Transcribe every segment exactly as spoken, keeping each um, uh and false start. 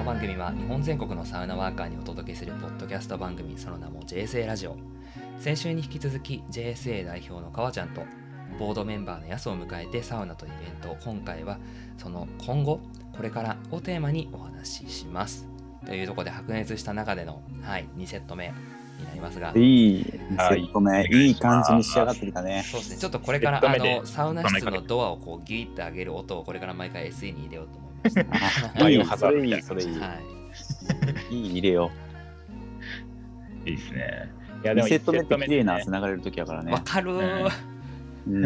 番組は日本全国のサウナワーカーにお届けするポッドキャスト番組、その名も ジェイエスエー ラジオ。先週に引き続き ジェイエスエー 代表の川ちゃんとボードメンバーのヤスを迎えてサウナとイベント、今回はその今後これからをテーマにお話ししますというところで、白熱した中での、はい、にセット目になりますが、 いいにセット目、はい、いい感じに仕上がってきたね。 そうですね、ちょっとこれからあのサウナ室のドアをこうギュイッと上げる音をこれから毎回 エスイー に入れようと思います。 バイオハザードみたいな、それいい、はい、いい入れよう。いいですね。 いやでもにセット目って綺麗なつながれる時やからね。 わかるー。 うん。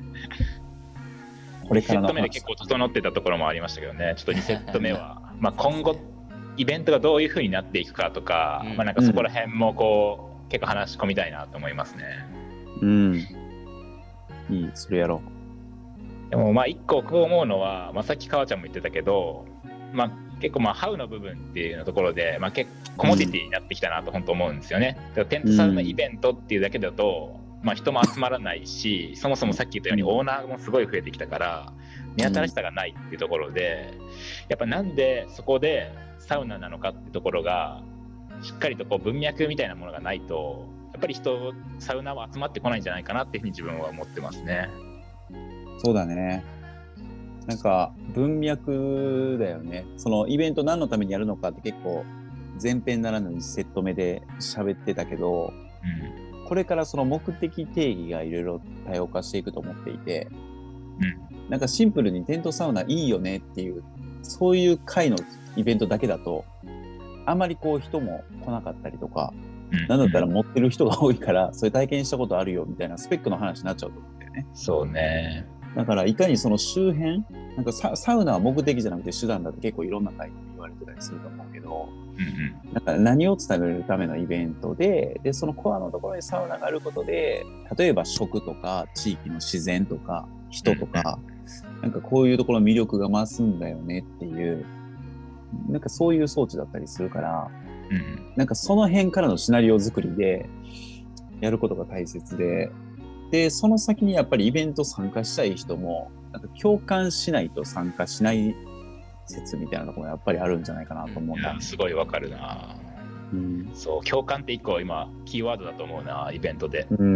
これからのにセット目で結構整ってたところもありましたけどね。ちょっとにセット目はまあ今後イベントがどういう風になっていくかとか、うん、まあなんかそこら辺もこう、うん、結構話し込みたいなと思いますね。 うん。いい、それやろう。 でもまあ一個こう思うのは、まあ、さっき川ちゃんも言ってたけど、まあ、結構まあハウの部分っていうところで、まあ、結構コモディティになってきたなと本当思うんですよね。だからテントサウナイベントっていうだけだと、まあ、人も集まらないし、そもそもさっき言ったようにオーナーもすごい増えてきたから目新しさがないっていうところで、やっぱなんでそこでサウナなのかっていうところがしっかりとこう文脈みたいなものがないと、やっぱり人サウナは集まってこないんじゃないかなっていうふうに自分は思ってますね。 そうだね。なんか文脈だよね。そのイベント何のためにやるのかって結構前編ならぬいちセット目で喋ってたけど、うん、これからその目的定義がいろいろ多様化していくと思っていて、うん、なんかシンプルにテントサウナいいよねっていうそういう回のイベントだけだとあまりこう人も来なかったりとか、うん、なんだったら持ってる人が多いからそれ体験したことあるよみたいなスペックの話になっちゃうと思うんだよね。 そうね。 だからいかにその周辺、なんか サ, サウナは目的じゃなくて手段だって結構いろんな回で言われてたりすると思うけど、うんうん、なんか何を伝えるためのイベントで、でそのコアのところにサウナがあることで、例えば食とか地域の自然とか人とか、うんうん、なんかこういうところの魅力が増すんだよねっていう、なんかそういう装置だったりするから、うん、なんかその辺からのシナリオ作りでやることが大切で。でその先にやっぱりイベント参加したい人もなんか共感しないと参加しない説みたいなところもやっぱりあるんじゃないかなと思うんだ、 うん、すごいわかるな、うん、そう共感って一個今キーワードだと思うな、イベントで、うん、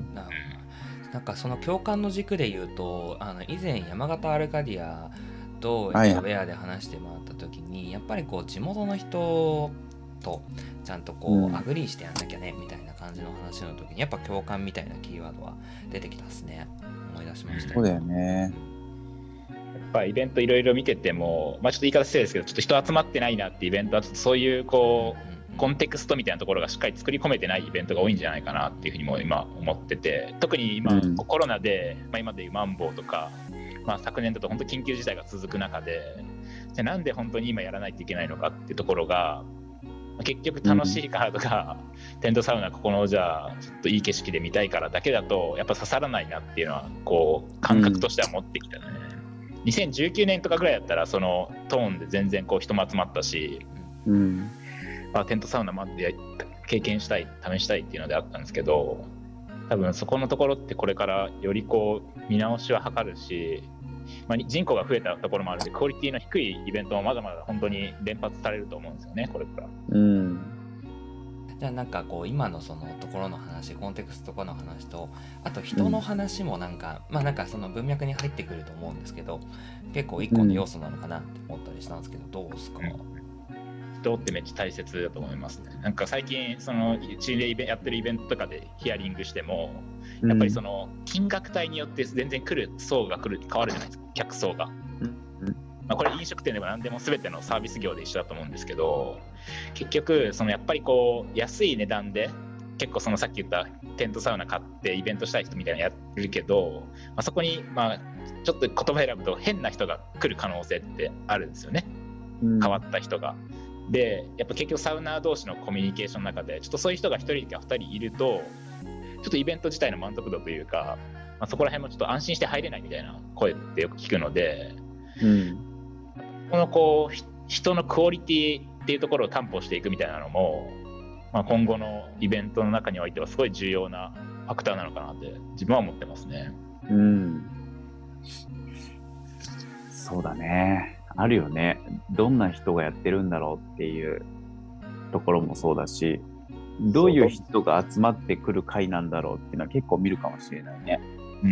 な, なんかその共感の軸で言うと、あの以前山形アルカディアとウェアで話してもらった時に、やっぱりこう地元の人とちゃんとこう、うん、アグリーしてやんなきゃねみたいな感じの話の時にやっぱ共感みたいなキーワードは出てきたっすね。思い出しました。 そうだよね。 やっぱイベントいろいろ見てても、まあ、ちょっと言い方失礼ですけどちょっと人集まってないなってイベントはちょっとそういうこう、うんうん、コンテクストみたいなところがしっかり作り込めてないイベントが多いんじゃないかなっていうふうにも今思ってて、特に今、うん、コロナで、まあ、今でいうマンボウとか、まあ、昨年だと本当緊急事態が続く中で、じゃあなんで本当に今やらないといけないのかっていうところが結局楽しいからとか、うん、テントサウナここのじゃあちょっといい景色で見たいからだけだとやっぱ刺さらないなっていうのはこう感覚としては持ってきたね、うん、にせんじゅうきゅうねんとかぐらいだったらそのトーンで全然こう人も集まったし、うんまあ、テントサウナもあって経験したい試したいっていうのであったんですけど、多分そこのところってこれからよりこう見直しは図るし、まあ、人口が増えたところもあるのでクオリティの低いイベントもまだまだ本当に連発されると思うんですよね、これから。うん、 じゃあなんかこう今のそのところの話、コンテクストとかの話と、あと人の話もなんか、うん、まあなんかその文脈に入ってくると思うんですけど、結構一個の要素なのかなって思ったりしたんですけど、どうですか？うん人ってめっちゃ大切だと思いますね。なんか最近そのうちでやってるイベントとかでヒアリングしても、やっぱりその金額帯によって全然来る層が来る変わるじゃないですか、客層が、うんまあ、これ飲食店でも何でも全てのサービス業で一緒だと思うんですけど、結局そのやっぱりこう安い値段で結構そのさっき言ったテントサウナ買ってイベントしたい人みたいなのやってるけど、まあ、そこにまあちょっと言葉選ぶと変な人が来る可能性ってあるんですよね、うん、変わった人が。でやっぱ結局サウナー同士のコミュニケーションの中でちょっとそういう人がひとりかふたりいるとちょっとイベント自体の満足度というか、まあ、そこら辺もちょっと安心して入れないみたいな声ってよく聞くので、うん、このこう人のクオリティっていうところを担保していくみたいなのも、まあ、今後のイベントの中においてはすごい重要なファクターなのかなって自分は思ってますね。 うん、そうだね。 あるよね。どんな人がやってるんだろうっていうところもそうだし、どういう人が集まってくる会なんだろうっていうのは結構見るかもしれないね。 うんうん。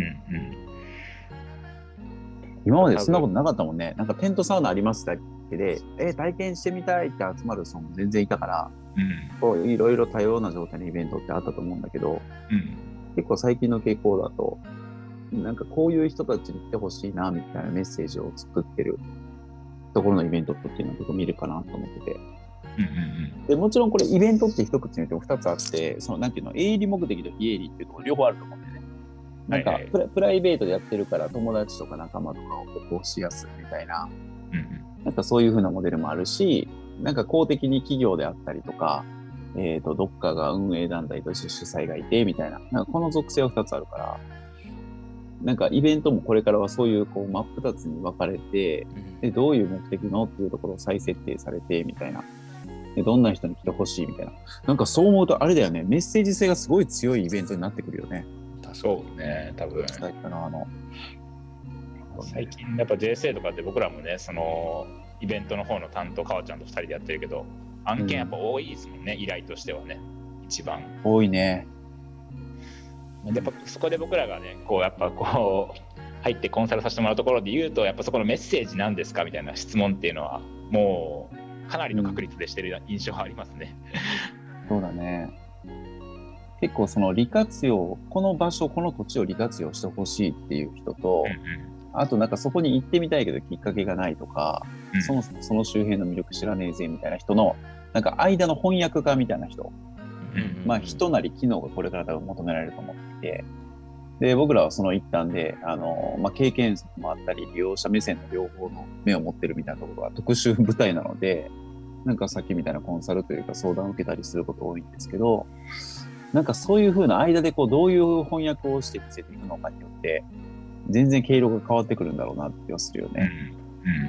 今までそんなことなかったもんね。なんかテントサウナありますだけで、えー、体験してみたいって集まる人も全然いたから、うん、こういろいろ多様な状態のイベントってあったと思うんだけど、うん、結構最近の傾向だと、なんかこういう人たちに来てほしいなみたいなメッセージを作ってるところのイベントっていうのは結構見るかなと思ってて、うんうんうん、でもちろんこれイベントって一口に言っても二つあって、そのなんていうの、営利目的と非営利っていうところ両方あると思うんだよね。なんかプラ、はいはい、プライベートでやってるから友達とか仲間とかを起こしやすいみたいな、うんうん、なんかそういう風なモデルもあるし、なんか公的に企業であったりとか、えっと、どっかが運営団体として主催がいてみたいな、なんかこの属性は二つあるから、なんかイベントもこれからはそういうこう真っ二つに分かれて、でどういう目的のっていうところを再設定されてみたいな、でどんな人に来てほしいみたいな、なんかそう思うとあれだよね、メッセージ性がすごい強いイベントになってくるよね。 そうね、多分最近のあの最近やっぱ ジェーエスエー とかって僕らもね、そのイベントの方の担当川ちゃんとふたりでやってるけど、案件やっぱ多いですもんね、うん、依頼としてはね、一番多いね。 やっぱそこで僕らがね、こうやっぱこう入ってコンサルさせてもらうところで言うと、やっぱそこのメッセージなんですかみたいな質問っていうのはもうかなりの確率でしてる印象はありますね、 うん、そうだね。結構その利活用、この場所この土地を利活用してほしいっていう人と、うんうん、あとなんかそこに行ってみたいけどきっかけがないとか、うん、そのその周辺の魅力知らねえぜみたいな人のなんか間の翻訳家みたいな人、うんうんうん、まあ人なり機能がこれから多分求められると思っていて、で僕らはその一端であの、まあ、経験則もあったり利用者目線の両方の目を持ってるみたいなところが特殊部隊なので、なんかさっきみたいなコンサルというか相談を受けたりすること多いんですけど、なんかそういう風な間でこうどういう翻訳をして見せていくのかによって全然経路が変わってくるんだろうなって気がするよね。うん、うん、 い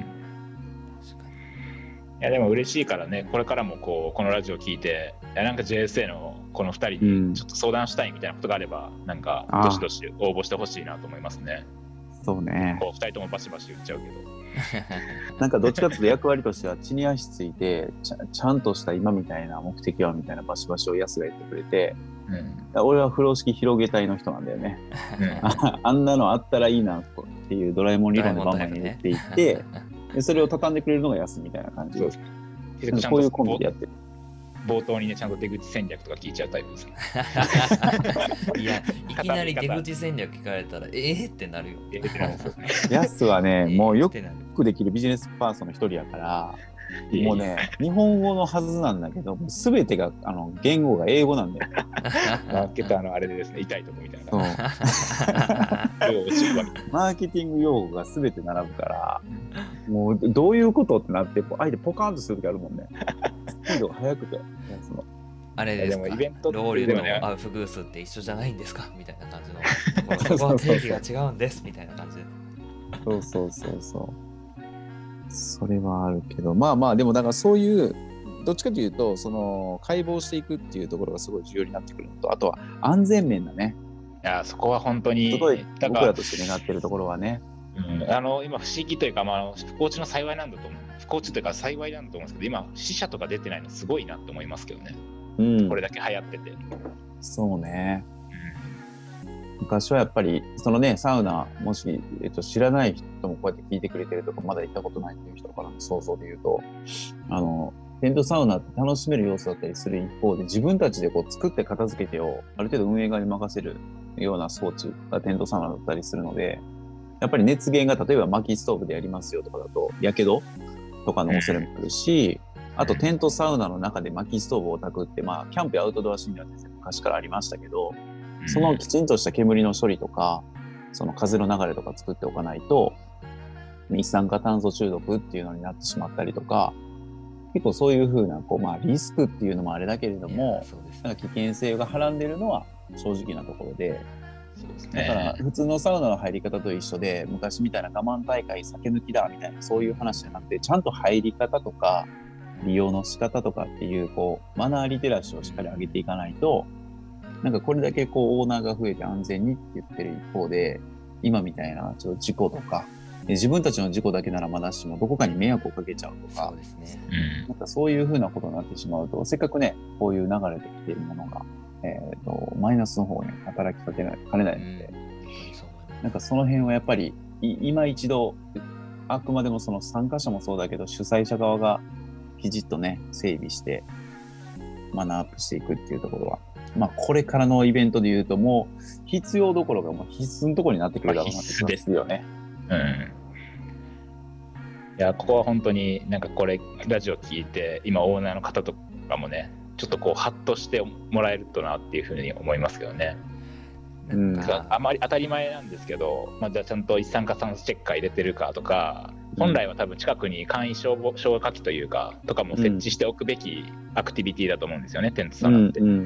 やでも嬉しいからね、これからもこうこのラジオ聞いて、いやなんか ジェーエスエー のこのふたりにちょっと相談したいみたいなことがあれば、うん、なんかどしどし応募してほしいなと思いますね。 そうね。 こうふたりともバシバシ言っちゃうけど。 なんかどっちかというと役割としては地に足ついてち ゃ, ちゃんとした今みたいな目的はみたいなバシバシを安が言ってくれて、うん、俺は風呂敷広げたいの人なんだよね、うん、あ, あんなのあったらいいなっていうドラえもん理論でバンバンに言っていって、ね、でそれを畳んでくれるのが安みたいな感じで、こういうコンビでやってる。 冒頭にねちゃんと出口戦略とか聞いちゃうタイプですね。 いやいきなり出口戦略聞かれたらえーってなるよ。 ヤスはね、もうよくできるビジネスパーソンの一人やから、もうね日本語のはずなんだけど、すべてがあの言語が英語なんだよ。 マーケターのあれでですね、痛いとこみたいな。 そうマーケティング用語がすべて並ぶから、もうどういうことってなって相手ポカーンとする時あるもんね。スピードが速くて、そのあれですか、でもイベントロールのアウフグースって一緒じゃないんですかみたいな感じのそこの定義が違うんですみたいな感じで。 そうそうそうそう、それはあるけど、まあまあでもだからそういうどっちかというとその解剖していくっていうところがすごい重要になってくるのと、あとは安全面だね。 いやそこは本当にすごい僕らとして願ってるところはね、 うん、あの今不思議というか、まあ、不幸中の幸いなんだと思う不幸中というか幸いなんだと思うんですけど、今死者とか出てないのすごいなと思いますけどね、うん、これだけ流行ってて。 そうね、うん、昔はやっぱりそのねサウナもし、えっと、知らない人もこうやって聞いてくれてるとかまだ行ったことないっていう人からの想像で言うと、あのテントサウナって楽しめる要素だったりする一方で、自分たちでこう作って片付けてをある程度運営側に任せるような装置がテントサウナだったりするので、やっぱり熱源が例えば薪ストーブでやりますよとかだとやけどとかの恐れもあるし、あとテントサウナの中で薪ストーブを焚くって、まあキャンプやアウトドアシーンでは昔からありましたけど、そのきちんとした煙の処理とかその風の流れとか作っておかないと一酸化炭素中毒っていうのになってしまったりとか、結構そういう風なこう、まあ、リスクっていうのもあれだけれども、なんか危険性がはらんでるのは正直なところで、そうですね、だから普通のサウナの入り方と一緒で、昔みたいな我慢大会酒抜きだみたいなそういう話じゃなくて、ちゃんと入り方とか利用の仕方とかっていうこうマナーリテラシーをしっかり上げていかないと、なんかこれだけこうオーナーが増えて安全にって言ってる一方で、今みたいなちょっと事故とか自分たちの事故だけならまだしもどこかに迷惑をかけちゃうとか、 そうですね、 なんかそういうふうなことになってしまうと、せっかくねこういう流れてきているものが、えー、とマイナスの方に働きかけないかねないので、うん、なんかその辺はやっぱり今一度あくまでもその参加者もそうだけど主催者側がきちっとね整備してマナーアップしていくっていうところは、まあこれからのイベントでいうともう必要どころかもう必須のところになってくるだろうなって気がするよね。 うん。いやここは本当になんかこれラジオ聞いて今オーナーの方とかもねちょっとこうハッとしてもらえるとなっていうふうに思いますけどね。なんかあまり当たり前なんですけど、まあ、じゃあちゃんと一酸化炭素チェッカー入れてるかとか、本来は多分近くに簡易消防消火器というかとかも設置しておくべきアクティビティだと思うんですよね、テントサウナって。うんうんうん、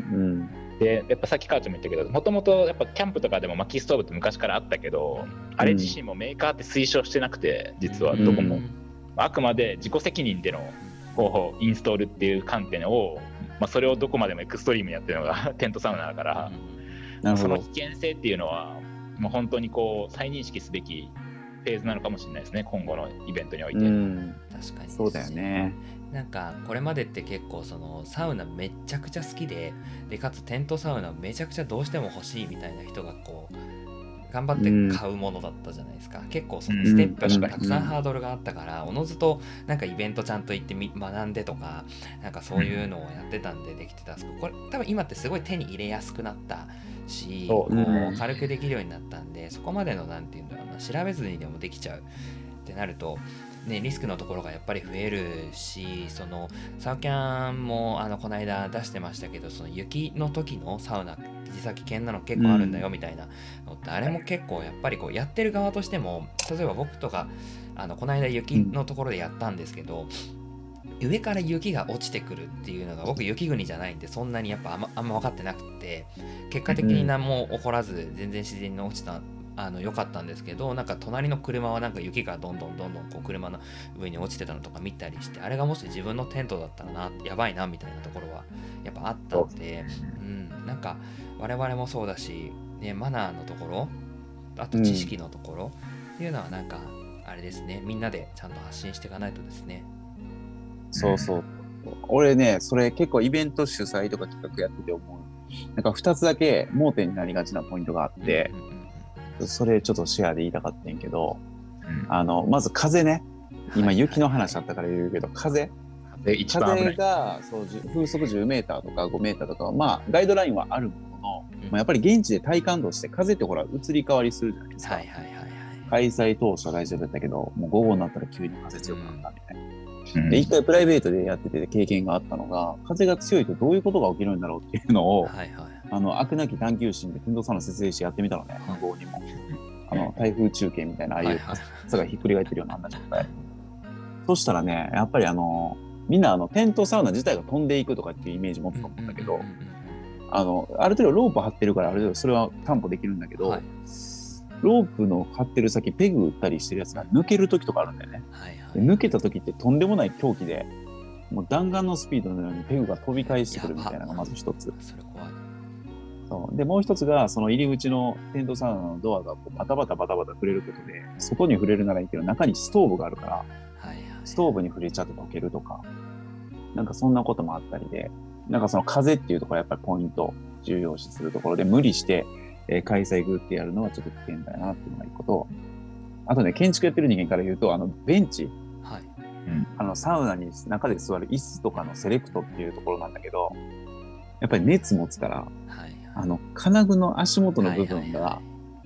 でやっぱさっき川ちゃんも言ったけどもともとやっぱキャンプとかでも薪ストーブって昔からあったけど、あれ自身もメーカーって推奨してなくて実はどこも、うん、あくまで自己責任でのこうインストールっていう観点を、まあ、それをどこまでもエクストリームにやってるのがテントサウナだから、うん、その危険性っていうのはもう本当にこう再認識すべきフェーズなのかもしれないですね、今後のイベントにおいて。うん、 確かにそうだよね。 なんかこれまでって結構そのサウナめちゃくちゃ好きで、でかつテントサウナめちゃくちゃどうしても欲しいみたいな人がこう頑張って買うものだったじゃないですか、うん、結構そのステップがたくさんハードルがあったから、おのずとなんかイベントちゃんと行ってみ学んでとかなんかそういうのをやってたんでできてたんですけど、これ多分今ってすごい手に入れやすくなったし、こう軽くできるようになったんで、そこまでのなんていうんだろうな、調べずにでもできちゃうってなるとね、リスクのところがやっぱり増えるし、そのサウキャンもあのこの間出してましたけど、その雪の時のサウナ実は危険なの結構あるんだよみたいなのって、うん、あれも結構やっぱりこうやってる側としても、例えば僕とかあのこの間雪のところでやったんですけど、うん、上から雪が落ちてくるっていうのが僕雪国じゃないんでそんなにやっぱあんま、あんま分かってなくて、結果的に何も起こらず全然自然に落ちたあの良かったんですけど、なんか隣の車はなんか雪がどんどんどんどんこう車の上に落ちてたのとか見たりして、あれがもし自分のテントだったらなやばいなみたいなところはやっぱあったんで、うん、なんか我々もそうだし、ね、マナーのところ、あと知識のところっていうのはなんかあれですね、みんなでちゃんと発信していかないとですね。 そうそう、俺ねそれ結構イベント主催とか企画やってて思う、なんかふたつだけ盲点になりがちなポイントがあって、うんうんうん、それちょっとシェアで言いたかったんやけど、うん、あのまず風ね、今雪の話あったから言うけど、風風一番危ない。 風がそう風速じゅうメーターとかごメーターとか、まあガイドラインはあるものの、うん、まあ、やっぱり現地で体感度して風ってほら移り変わりするじゃないですか、はいはいはいはい、開催当初は大丈夫だったけどもう午後になったら急に風強くなったみたいな、うん、で一回プライベートでやってて経験があったのが、風が強いとどういうことが起きるんだろうっていうのを、はいはい、あの飽くなき探求心でテントサウナ設営してやってみたのね、向こうにもあの台風中継みたいなああいう傘がひっくり返ってるようなあんな状態、そしたらねやっぱりあのみんなあのテントサウナ自体が飛んでいくとかっていうイメージ持つと思うんだけど、あのある程度ロープ張ってるからある程度それは担保できるんだけど、はい、ロープの張ってる先ペグ打ったりしてるやつが抜ける時とかあるんだよね、はいはい、で抜けた時ってとんでもない狂気でもう弾丸のスピードのようにペグが飛び返してくるみたいなのがまず一つ。それ怖い。そうでもう一つがその入り口のテントサウナのドアがこうバタバタバタバタ触れることで、外に触れるならいいけど中にストーブがあるから、はいはい、ストーブに触れちゃって溶けるとか、なんかそんなこともあったりで、なんかその風っていうところやっぱりポイント重要視するところで、無理して、えー、開催グってやるのはちょっと危険だなっていうのが一個と、あとね建築やってる人間から言うとあのベンチ、はい、うん、あのサウナに中で座る椅子とかのセレクトっていうところなんだけど、やっぱり熱持つから、はいはい、あの金具の足元の部分が、はいはいはい、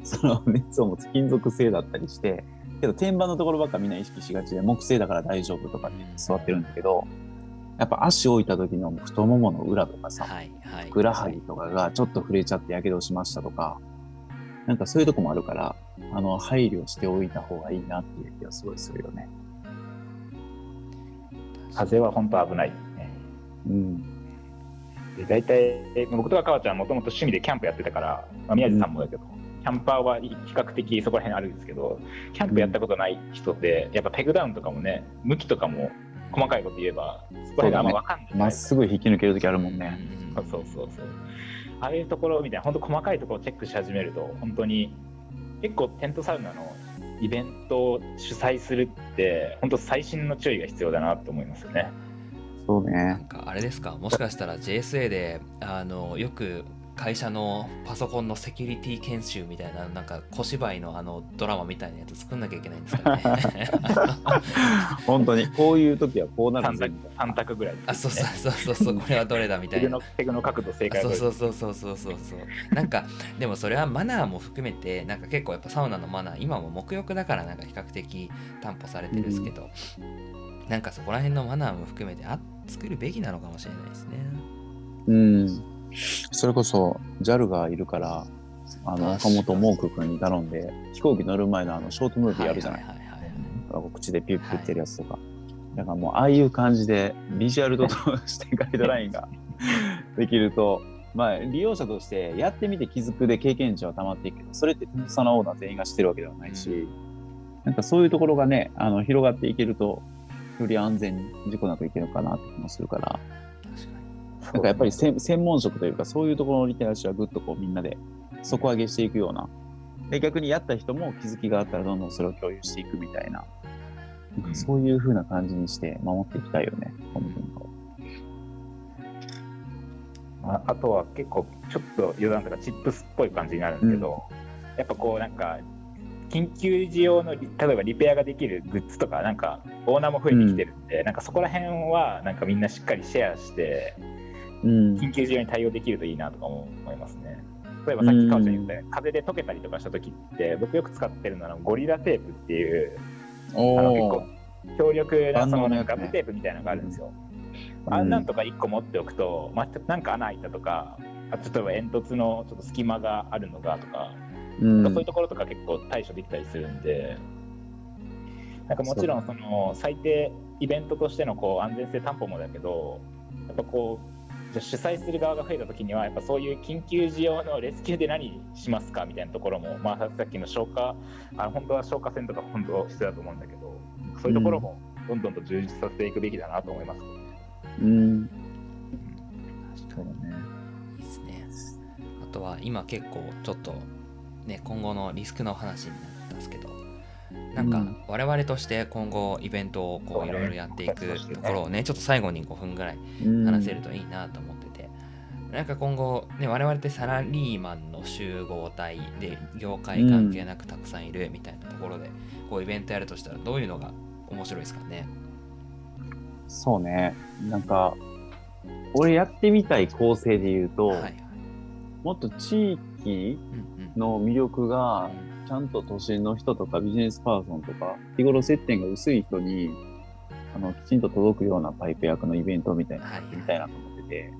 その熱を持つ金属製だったりして、けど天板のところばっかみんな意識しがちで木製だから大丈夫とかって座ってるんだけど、やっぱ足置いた時の太ももの裏とかさ、はいはい、ふくらはぎとかがちょっと触れちゃってやけどしましたとか、なんかそういうとこもあるから、あの配慮しておいた方がいいなっていう気がすごいするよね。 風は本当危ないね。うん。で大体僕とか川ちゃんはもともと趣味でキャンプやってたから、まあ、宮地さんもだけど、うん、キャンパーは比較的そこら辺あるんですけど、キャンプやったことない人で、やっぱペグダウンとかもね、向きとかも細かいこと言えばそこら辺あんま分かんない。 まっすぐ引き抜ける時あるもんね。 そうそうそうそう。ああいうところみたいな本当細かいところをチェックし始めると、本当に結構テントサウナのイベントを主催するって本当細心の注意が必要だなと思いますよね。 そうね。 なんかあれですか、もしかしたら ジェーエスエー であのよく会社のパソコンのセキュリティ研修みたいな、なんか小芝居のあのドラマみたいなやつ作んなきゃいけないんですかね。 本当にこういう時はこうなるんさん択さん択ぐらいです、ね、 あ、そうそうそうそう、これはどれだみたいな。 ペグの角度正解。 そうそうそうそうそうそうそう。なんかでもそれはマナーも含めて、なんか結構やっぱサウナのマナー今も沐浴だからなんか比較的担保されてるんですけど、うん、なんかそこら辺のマナーも含めてあ作るべきなのかもしれないですね。 うん。それこそ ジャル がいるから、あの岡本モーク君に頼んで飛行機乗る前のあのショートムービーやるじゃない。口でピュッピュってやるやつとか、はい、だからもうああいう感じでビジュアルとしてガイドラインができると、まあ利用者としてやってみて気づくで経験値は溜まっていくけど、それってテンサのオーナー全員が知ってるわけではないし、うん、なんかそういうところがね、あの広がっていけるとより安全に事故なくいけるのかなって気もするから、なんかやっぱり専門職というかそういうところのリテラシーはぐっとこうみんなで底上げしていくような、で逆にやった人も気づきがあったらどんどんそれを共有していくみたいな、なんかそういう風な感じにして守っていきたいよね、この文化を。 あ, あとは結構ちょっと余談とかチップスっぽい感じになるんですけど、うん、やっぱこうなんか緊急時用の例えばリペアができるグッズとかなんかオーナーも増えてきてるんで、うん、なんかそこら辺はなんかみんなしっかりシェアして、うん、緊急時用に対応できるといいなとか思いますね。例えばさっき川ちゃん言ったように、風で溶けたりとかした時って僕よく使ってるのはゴリラテープっていうあの結構強力なそのなんかガムテープみたいなのがあるんですよ。うん、あんなんとかいっこ持っておくと、まあ、なんか穴開いたとか、あと例えば煙突のちょっと隙間があるのがとか、うん、なんかそういうところとか結構対処できたりするんで、なんかもちろんその最低イベントとしてのこう安全性担保もだけど、やっぱこうじゃ主催する側が増えた時にはやっぱそういう緊急時用のレスキューで何しますかみたいなところも、まあ、さっきの消火あの本当は消火栓とか本当必要だと思うんだけど、そういうところもどんどんと充実させていくべきだなと思います、ね。 うん、確かにね。 いいですね。あとは今結構ちょっとね今後のリスクの話になったんですけど、なんか我々として今後イベントをこういろいろやっていくところをねちょっと最後にごふんぐらい話せるといいなと思ってて、なんか今後ね我々ってサラリーマンの集合体で業界関係なくたくさんいるみたいなところでこうイベントやるとしたらどういうのが面白いですかね。 そうね、なんか俺やってみたい構成で言うと、はいはい、もっと地域の魅力がちゃんと都心の人とかビジネスパーソンとか日頃接点が薄い人にあのきちんと届くようなパイプ役のイベントみたいなのやってみたいなと思ってて、はいはい、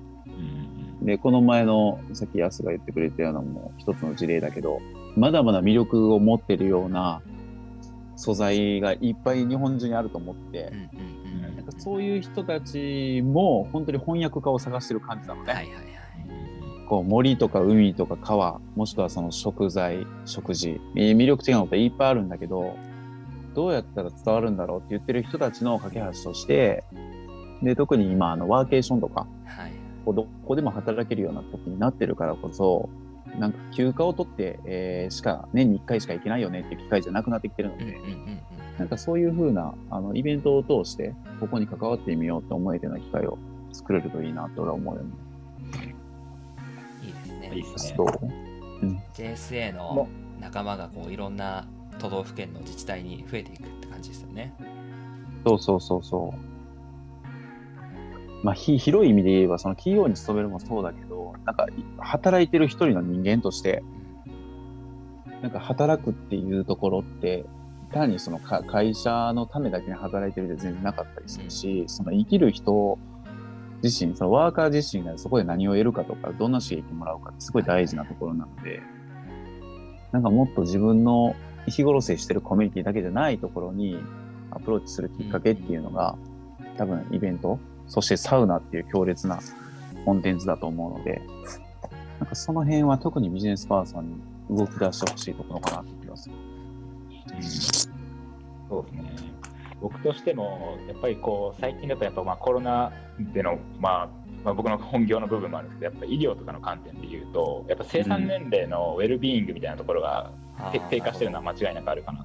でこの前のさっきヤスが言ってくれたようなのも一つの事例だけど、まだまだ魅力を持ってるような素材がいっぱい日本中にあると思って、うんうんうん、なんかそういう人たちも本当に翻訳家を探してる感じなのね、はいはいはい、こう森とか海とか川もしくはその食材食事魅力的なこといっぱいあるんだけど、どうやったら伝わるんだろうって言ってる人たちの架け橋として、で特に今あのワーケーションとか、はい、こうどこでも働けるような時になってるからこそ、なんか休暇を取って、えー、しか年にいっかいしか行けないよねっていう機会じゃなくなってきてるので、うんうんうんうん、なんかそういう風なあのイベントを通してここに関わってみようと思えるような機会を作れるといいなと俺は思うよね。 いいですね。 いいですね。 うん、ジェーエスエー の仲間がこういろんな都道府県の自治体に増えていくって感じですよね。 そうそうそうそう。まあ、広い意味で言えばその企業に勤めるもそうだけど、なんか働いてる一人の人間としてなんか働くっていうところって単にその会社のためだけに働いてるで全然なかったりするし、その生きる人自身、そのワーカー自身がそこで何を得るかとかどんな刺激もらうかってすごい大事なところなので、なんかもっと自分の日頃接してるコミュニティだけじゃないところにアプローチするきっかけっていうのが多分イベント、そしてサウナっていう強烈なコンテンツだと思うので、なんかその辺は特にビジネスパーソンに動き出してほしいところかなと思います。 うん、そうですね。僕としてもやっぱりこう最近だとやっぱまあコロナでの、まあ、まあ僕の本業の部分もあるんですけど、やっぱ医療とかの観点で言うとやっぱ生産年齢のウェルビーイングみたいなところが、うん、低下してるのは間違いなくあるかなと思ってい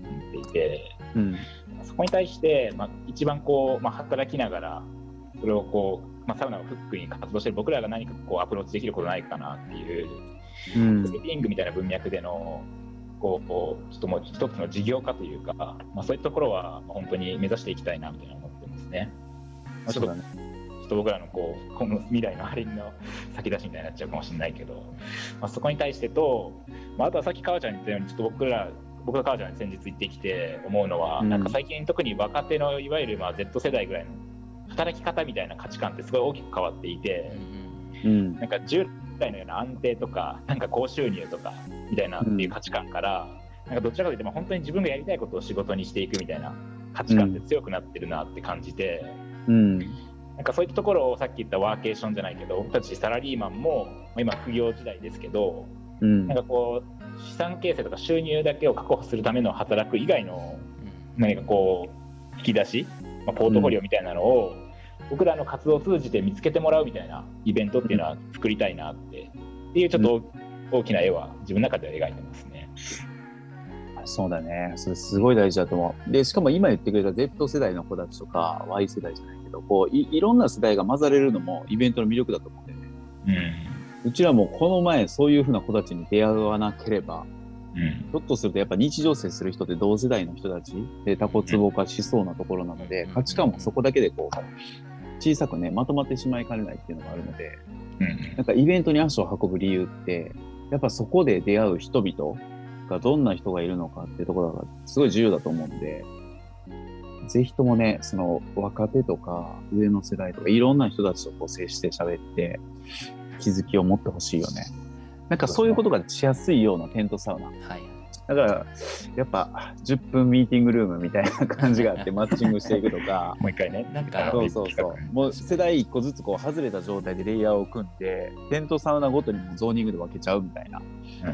いて、 うん、 そこに対して、まあ、一番こう、まあ、働きながらそれをこう、まあ、サウナをフックに活動している僕らが何かこうアプローチできることないかなっていう、うん、ウェディングみたいな文脈でのこうこうちょっともう一つの事業化というか、まあ、そういったところは本当に目指していきたいなみたいな思ってますね。まあ、ちょっとそうだね、ちょっと僕らのこう今後未来のあれの先出しみたいになっちゃうかもしれないけど、まあ、そこに対してと、まあ、あとはさっき川ちゃんに言ったようにちょっと僕ら僕が川ちゃんに先日行ってきて思うのは、うん、なんか最近特に若手のいわゆるまあ Z 世代ぐらいの働き方みたいな価値観ってすごい大きく変わっていて、うん、なんか従来のような安定とかなんか高収入とかみたいなっていう価値観から、うん、なんかどちらかというと本当に自分がやりたいことを仕事にしていくみたいな価値観って強くなってるなって感じて、うん、なんかそういったところをさっき言ったワーケーションじゃないけど僕たちサラリーマンも今副業時代ですけど、うん、なんかこう資産形成とか収入だけを確保するための働く以外の何かこう引き出し、まあ、ポートフォリオみたいなのを僕らの活動を通じて見つけてもらうみたいなイベントっていうのは作りたいなってっていうちょっと大きな絵は自分の中では描いてますね。 そうだね、それすごい大事だと思う。でしかも今言ってくれた Z 世代の子たちとか Y 世代じゃないけどこう い, いろんな世代が混ざれるのもイベントの魅力だと思うんだよね。うん、うちらもこの前そういう風な子たちに出会わなければ、うん、ひょっとするとやっぱ日常接する人って同世代の人たちでタコツボ化しそうなところなので、うん、価値観もそこだけでこう小さくねまとまってしまいかねないっていうのがあるので、うん、なんかイベントに足を運ぶ理由ってやっぱそこで出会う人々がどんな人がいるのかっていうところがすごい重要だと思うんで、ぜひともねその若手とか上の世代とかいろんな人たちとこう接して喋って気づきを持ってほしいよね。なんかそういうことがしやすいようなテントサウナ、はい、だからやっぱじゅっぷんミーティングルームみたいな感じがあってマッチングしていくとかもう一回ねなんかそうそうそうもう世代一個ずつこう外れた状態でレイヤーを組んでテントサウナごとにもゾーニングで分けちゃうみたいな、うん、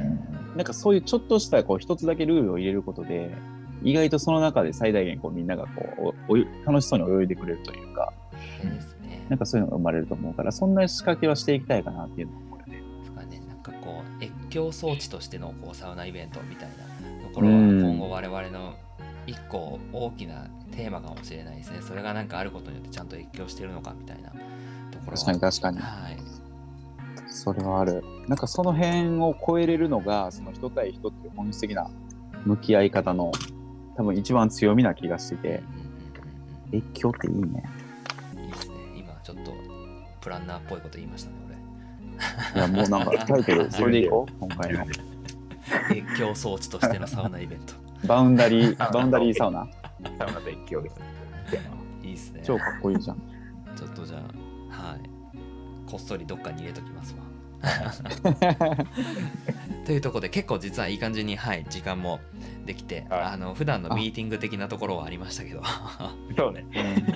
なんかそういうちょっとしたこう一つだけルールを入れることで意外とその中で最大限こうみんながこう楽しそうに泳いでくれるというか、うんですね、なんかそういうのが生まれると思うからそんな仕掛けはしていきたいかなっていうのもこう越境装置としてのこうサウナイベントみたいなところは今後我々の一個大きなテーマかもしれないですね。それがなんかあることによってちゃんと越境してるのかみたいなところは確かに確かに、はい、それはある。なんかその辺を超えれるのがその人対人っていう本質的な向き合い方の多分一番強みな気がしてて、うん、越境っていいね。 いいですね。今ちょっとプランナーっぽいこと言いましたね俺。 いやもうなんかタイトルそれでいこう今回の越境装置としてのサウナイベントバウンダリーバウンダリーサウナサウナと越境ですね。 いいですね。 超かっこいいじゃん。 ちょっとじゃあはいこっそりどっかに入れときますわというところで結構実はいい感じに、はい、時間もできて、はい、あの普段のミーティング的なところはありましたけどそうね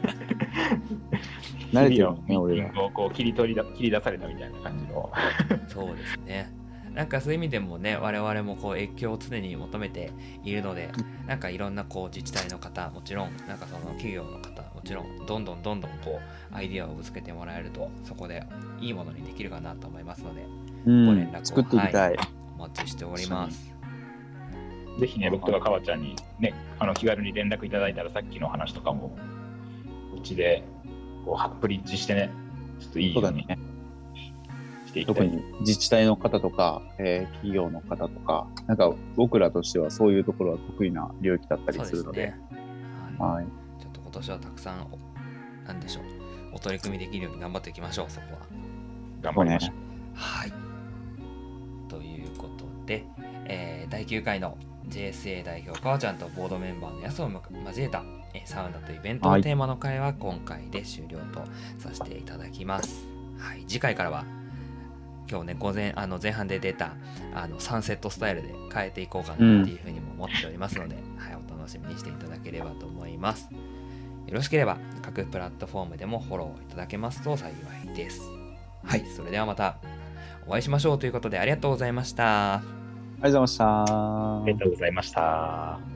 慣れてるよね俺らをこう切り取りだ切り出されたみたいな感じのそうですね。なんかそういう意味でもね我々もこう越境を常に求めているのでなんかいろんなこう自治体の方もちろんなんかその企業の方もちろんどんどんどんどんこうアイディアをぶつけてもらえるとそこでいいものにできるかなと思いますので、うん、ご連絡を作っていきたい、 はい、お待ちしております。 ぜひね僕とか川ちゃんにねあの気軽に連絡いただいたらさっきの話とかもうちでこうブリッジしてねちょっといいようにねしていきたい。 特に自治体の方とか、えー、企業の方とかなんか僕らとしてはそういうところは得意な領域だったりするの で, で、ねはいはい、ちょっと今年はたくさんなんでしょうお取り組みできるように頑張っていきましょう。そこは頑張りましょう、ね、 はいということで、えー、だいきゅうかいの ジェイエスエー 代表川ちゃんとボードメンバーのやすを交えたサウナとイベントのテーマの会は今回で終了とさせていただきます、はい、次回からは今日ね午前あの前半で出たあのサンセットスタイルで変えていこうかなっていうふうにも思っておりますので、うんはい、お楽しみにしていただければと思います。よろしければ各プラットフォームでもフォローいただけますと幸いです。はい、それではまたお会いしましょうということでありがとうございました。 ありがとうございました。 ありがとうございました。